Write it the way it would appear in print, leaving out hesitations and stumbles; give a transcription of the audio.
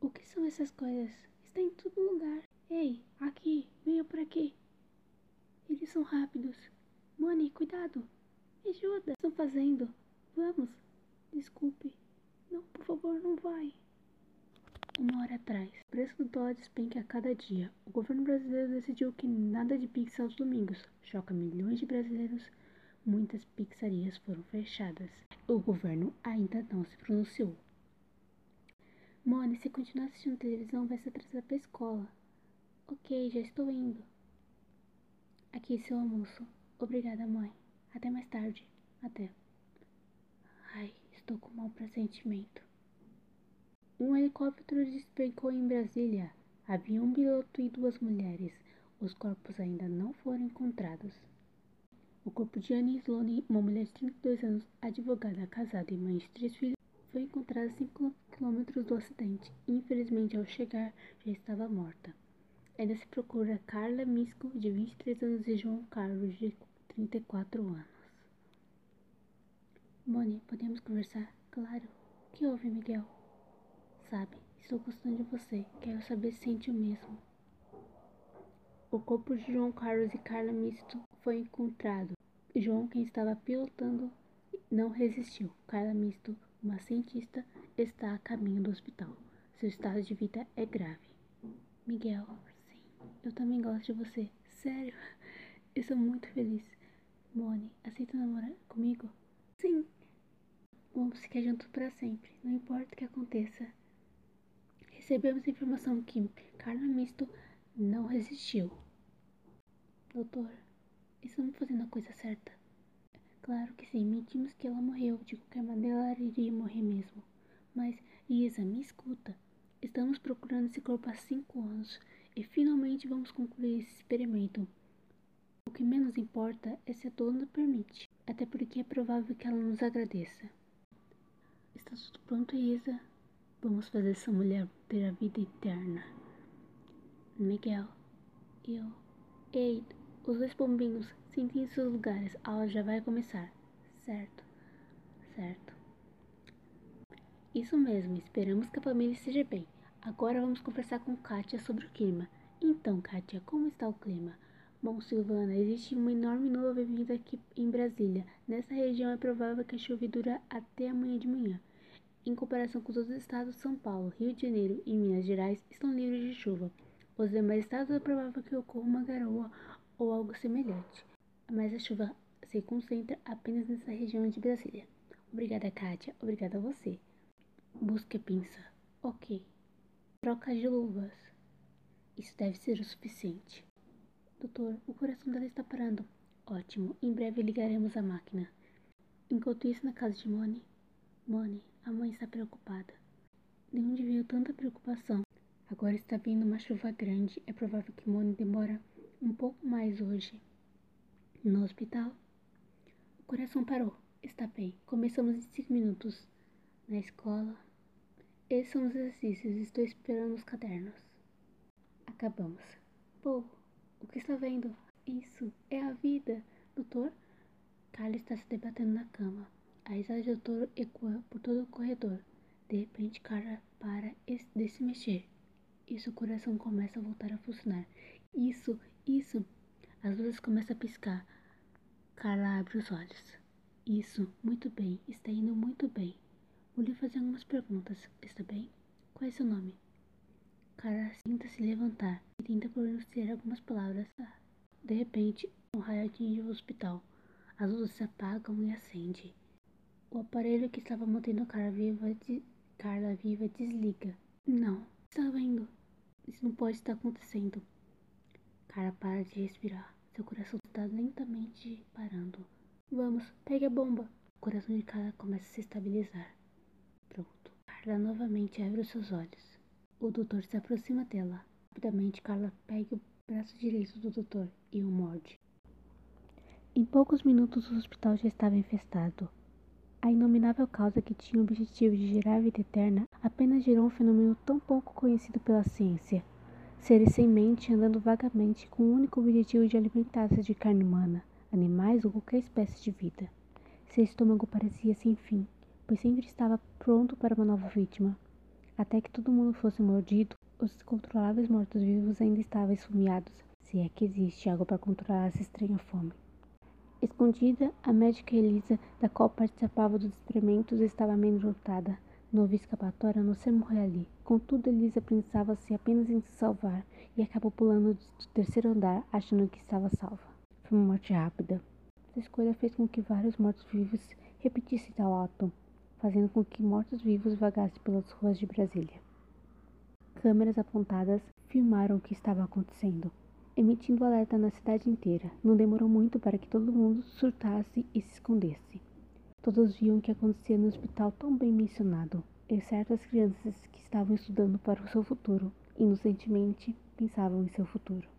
O que são essas coisas? Está em todo lugar. Ei, aqui, venha por aqui. Eles são rápidos. Moni, cuidado. Me ajuda. O que estão fazendo? Vamos. Desculpe. Não, por favor, não vai. 1 hora atrás. O preço do dólar despenca a cada dia. O governo brasileiro decidiu que nada de pizza aos domingos. Choca milhões de brasileiros. Muitas pizzarias foram fechadas. O governo ainda não se pronunciou. Moni, se continuar assistindo televisão, vai ser atrasada para a escola. Ok, já estou indo. Aqui, seu almoço. Obrigada, mãe. Até mais tarde. Até. Ai, estou com mau pressentimento. Um helicóptero despencou em Brasília. Havia um piloto e 2 mulheres. Os corpos ainda não foram encontrados. O corpo de Anne Sloane, uma mulher de 32 anos, advogada, casada e mãe de 3 filhos, foi encontrada a 5 quilômetros do acidente. Infelizmente, ao chegar, já estava morta. Ainda se procura Carla Misco, de 23 anos, e João Carlos, de 34 anos. Moni, podemos conversar? Claro. O que houve, Miguel? Sabe, estou gostando de você. Quero saber se sente o mesmo. O corpo de João Carlos e Carla Misto foi encontrado. João, quem estava pilotando, não resistiu. Carla Misto, uma cientista, está a caminho do hospital. Seu estado de vida é grave. Miguel, sim, eu também gosto de você. Sério, eu sou muito feliz. Moni, aceita namorar comigo? Sim. Vamos ficar juntos para sempre, não importa o que aconteça. Recebemos informação que Carla Misto não resistiu. Doutor, estamos fazendo a coisa certa? Claro que sim, mentimos que ela morreu. De qualquer maneira, ela iria morrer mesmo. Mas, Isa, me escuta. Estamos procurando esse corpo há 5 anos e finalmente vamos concluir esse experimento. O que menos importa é se a dona permite, até porque é provável que ela nos agradeça. Está tudo pronto, Isa? Vamos fazer essa mulher ter a vida eterna. Miguel, eu... Ei, os 2 pombinhos, sentem em seus lugares. A aula já vai começar. Certo, certo. Isso mesmo, esperamos que a família esteja bem. Agora vamos conversar com Kátia sobre o clima. Então, Kátia, como está o clima? Bom, Silvana, existe uma enorme nuvem vinda aqui em Brasília. Nessa região é provável que a chuva dure até amanhã de manhã. Em comparação com os outros estados, São Paulo, Rio de Janeiro e Minas Gerais estão livres de chuva. Os demais estados é provável que ocorra uma garoa ou algo semelhante, mas a chuva se concentra apenas nessa região de Brasília. Obrigada, Kátia. Obrigada a você. Busque a pinça. Ok. Troca de luvas. Isso deve ser o suficiente. Doutor, o coração dela está parando. Ótimo. Em breve ligaremos a máquina. Enquanto isso, na casa de Moni. Moni, a mãe está preocupada. De onde veio tanta preocupação? Agora está vindo uma chuva grande. É provável que Moni demora um pouco mais hoje. No hospital? O coração parou. Está bem. Começamos em 5 minutos. Na escola? Esses são os exercícios. Estou esperando os cadernos. Acabamos. Pô, o que está vendo? Isso é a vida. Doutor? Carla está se debatendo na cama. A risada do doutor ecoa por todo o corredor. De repente, Carla para de se mexer. E seu coração começa a voltar a funcionar. Isso. As luzes começam a piscar. Carla abre os olhos. Isso, muito bem. Está indo muito bem. Vou lhe fazer algumas perguntas. Está bem? Qual é seu nome? Carla tenta se levantar e tenta pronunciar algumas palavras. De repente, um raio atinge o hospital. As luzes se apagam e acendem. O aparelho que estava mantendo Carla viva desliga. Não, está vendo? Isso não pode estar acontecendo. Carla para de respirar. Seu coração está lentamente parando. Vamos, pegue a bomba. O coração de Carla começa a se estabilizar. Pronto. Carla novamente abre os seus olhos. O doutor se aproxima dela. Rapidamente, Carla pega o braço direito do doutor e o morde. Em poucos minutos, o hospital já estava infestado. A inominável causa que tinha o objetivo de gerar a vida eterna apenas gerou um fenômeno tão pouco conhecido pela ciência. Seres sem mente andando vagamente com o único objetivo de alimentar-se de carne humana, animais ou qualquer espécie de vida. Seu estômago parecia sem fim, pois sempre estava pronto para uma nova vítima. Até que todo mundo fosse mordido, os descontroláveis mortos-vivos ainda estavam esfomeados, se é que existe algo para controlar essa estranha fome. Escondida, a médica Elisa, da qual participava dos experimentos, estava amedrontada. Não havia escapatória a não ser morrer ali. Contudo, Elisa pensava-se apenas em se salvar e acabou pulando do terceiro andar, achando que estava salva. Foi uma morte rápida. Essa escolha fez com que vários mortos-vivos repetissem tal ato, fazendo com que mortos-vivos vagassem pelas ruas de Brasília. Câmeras apontadas filmaram o que estava acontecendo, emitindo alerta na cidade inteira. Não demorou muito para que todo mundo surtasse e se escondesse. Todos viam o que acontecia no hospital tão bem mencionado, exceto as crianças que estavam estudando para o seu futuro, inocentemente pensavam em seu futuro.